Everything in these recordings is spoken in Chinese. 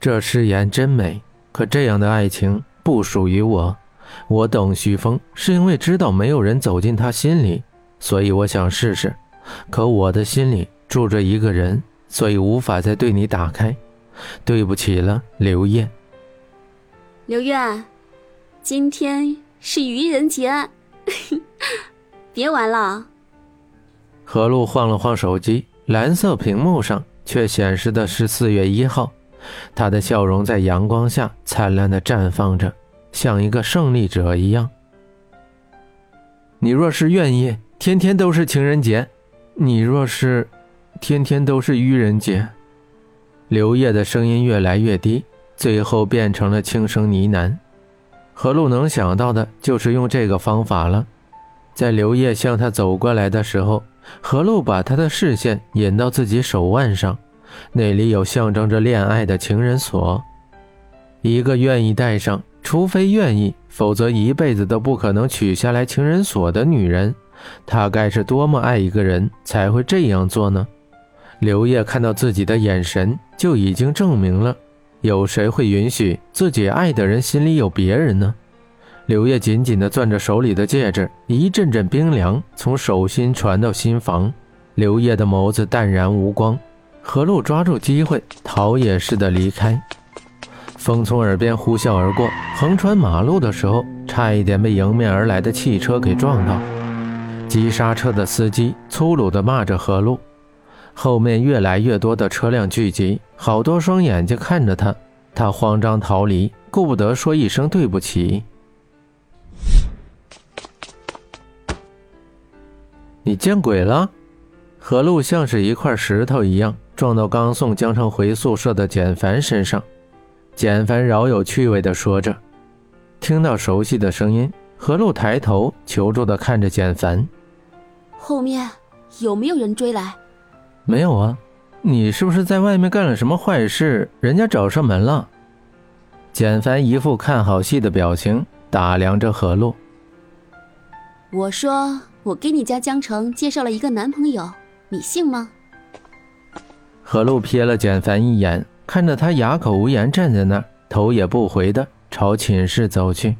这誓言真美，可这样的爱情不属于我。我等徐峰是因为知道没有人走进他心里，所以我想试试。可我的心里住着一个人，所以无法再对你打开。对不起了，刘烨。 刘月，今天是愚人节，别玩了。 何璐晃了晃手机，蓝色屏幕上却显示的是4月1号。他的笑容在阳光下灿烂地绽放着，像一个胜利者一样。你若是愿意，天天都是情人节；你若是，天天都是愚人节。刘烨的声音越来越低，最后变成了轻声呢喃。何璐能想到的就是用这个方法了。在刘烨向他走过来的时候，何璐把他的视线引到自己手腕上，那里有象征着恋爱的情人锁。一个愿意戴上，除非愿意，否则一辈子都不可能取下来情人锁的女人，她该是多么爱一个人才会这样做呢？刘烨看到自己的眼神就已经证明了，有谁会允许自己爱的人心里有别人呢？刘烨紧紧地攥着手里的戒指，一阵阵冰凉从手心传到心房。刘烨的眸子淡然无光。何璐抓住机会逃也似的离开。风从耳边呼啸而过，横穿马路的时候差一点被迎面而来的汽车给撞到。急刹车的司机粗鲁地骂着何璐，后面越来越多的车辆聚集，好多双眼睛看着他，他慌张逃离，顾不得说一声对不起。你见鬼了！何璐像是一块石头一样撞到刚送江城回宿舍的简凡身上。简凡饶有趣味地说着。听到熟悉的声音，何璐抬头求助地看着简凡。 后面有没有人追来？ 没有啊，你是不是在外面干了什么坏事，人家找上门了？简凡一副看好戏的表情打量着何璐。 我说我给你家江城介绍了一个男朋友，你信吗？ 何璐瞥了简凡一眼，看着他哑口无言站在那儿，头也不回的朝寝室走去。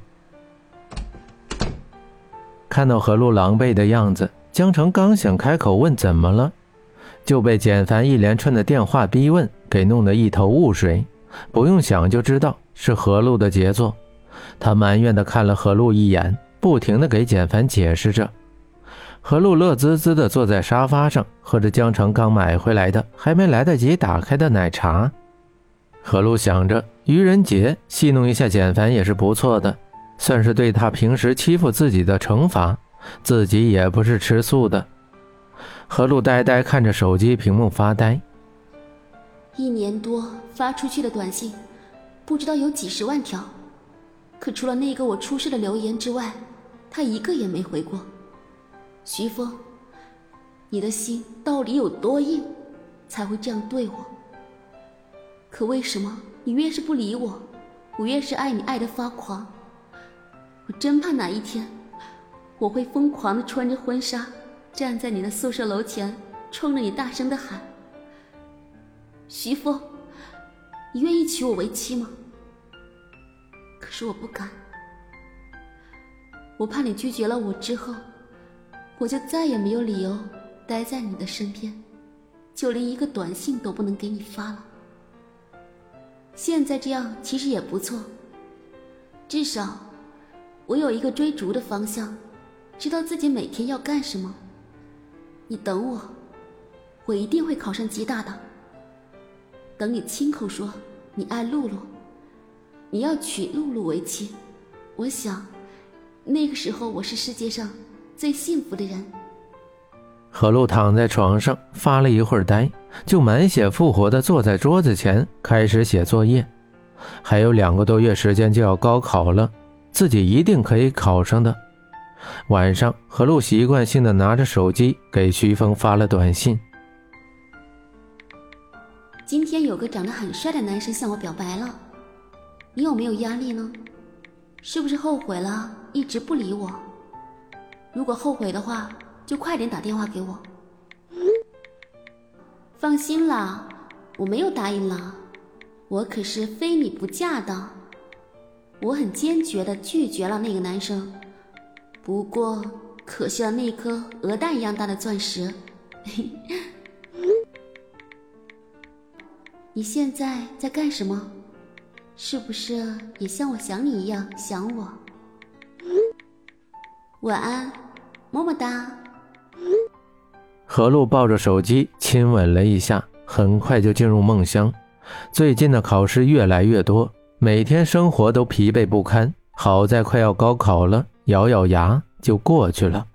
看到何璐狼狈的样子，江城刚想开口问怎么了，就被简凡一连串的电话逼问给弄得一头雾水，不用想就知道是何璐的杰作。他埋怨地看了何璐一眼，不停地给简凡解释着。何璐乐滋滋地坐在沙发上，喝着江城刚买回来的还没来得及打开的奶茶。何璐想着愚人节戏弄一下简凡也是不错的，算是对他平时欺负自己的惩罚，自己也不是吃素的。何璐呆呆看着手机屏幕发呆。 1年多发出去的短信不知道有几十万条，可除了那个我出事的留言之外，他一个也没回过。徐峰，你的心到底有多硬，才会这样对我？可为什么你越是不理我，我越是爱你爱得发狂？我真怕哪一天我会疯狂地穿着婚纱站在你的宿舍楼前，冲着你大声地喊：徐峰，你愿意娶我为妻吗？可是我不敢，我怕你拒绝了我之后，我就再也没有理由待在你的身边，就连一个短信都不能给你发了。现在这样其实也不错，至少我有一个追逐的方向，知道自己每天要干什么。你等我，我一定会考上吉大的。等你亲口说你爱露露，你要娶露露为妻，我想那个时候我是世界上最幸福的人。 何璐躺在床上发了一会儿呆，就满血复活地坐在桌子前开始写作业。还有2个多月时间就要高考了，自己一定可以考上的。晚上何璐习惯性地拿着手机给徐峰发了短信。 今天有个长得很帅的男生向我表白了，你有没有压力呢？是不是后悔了一直不理我？如果后悔的话，就快点打电话给我。放心啦，我没有答应啦， 我可是非你不嫁的。我很坚决地拒绝了那个男生，不过可惜了那颗鹅蛋一样大的钻石。你现在在干什么？是不是也像我想你一样想我？晚安，么么哒。 何璐抱着手机亲吻了一下，很快就进入梦乡。最近的考试越来越多，每天生活都疲惫不堪，好在快要高考了，咬咬牙就过去了。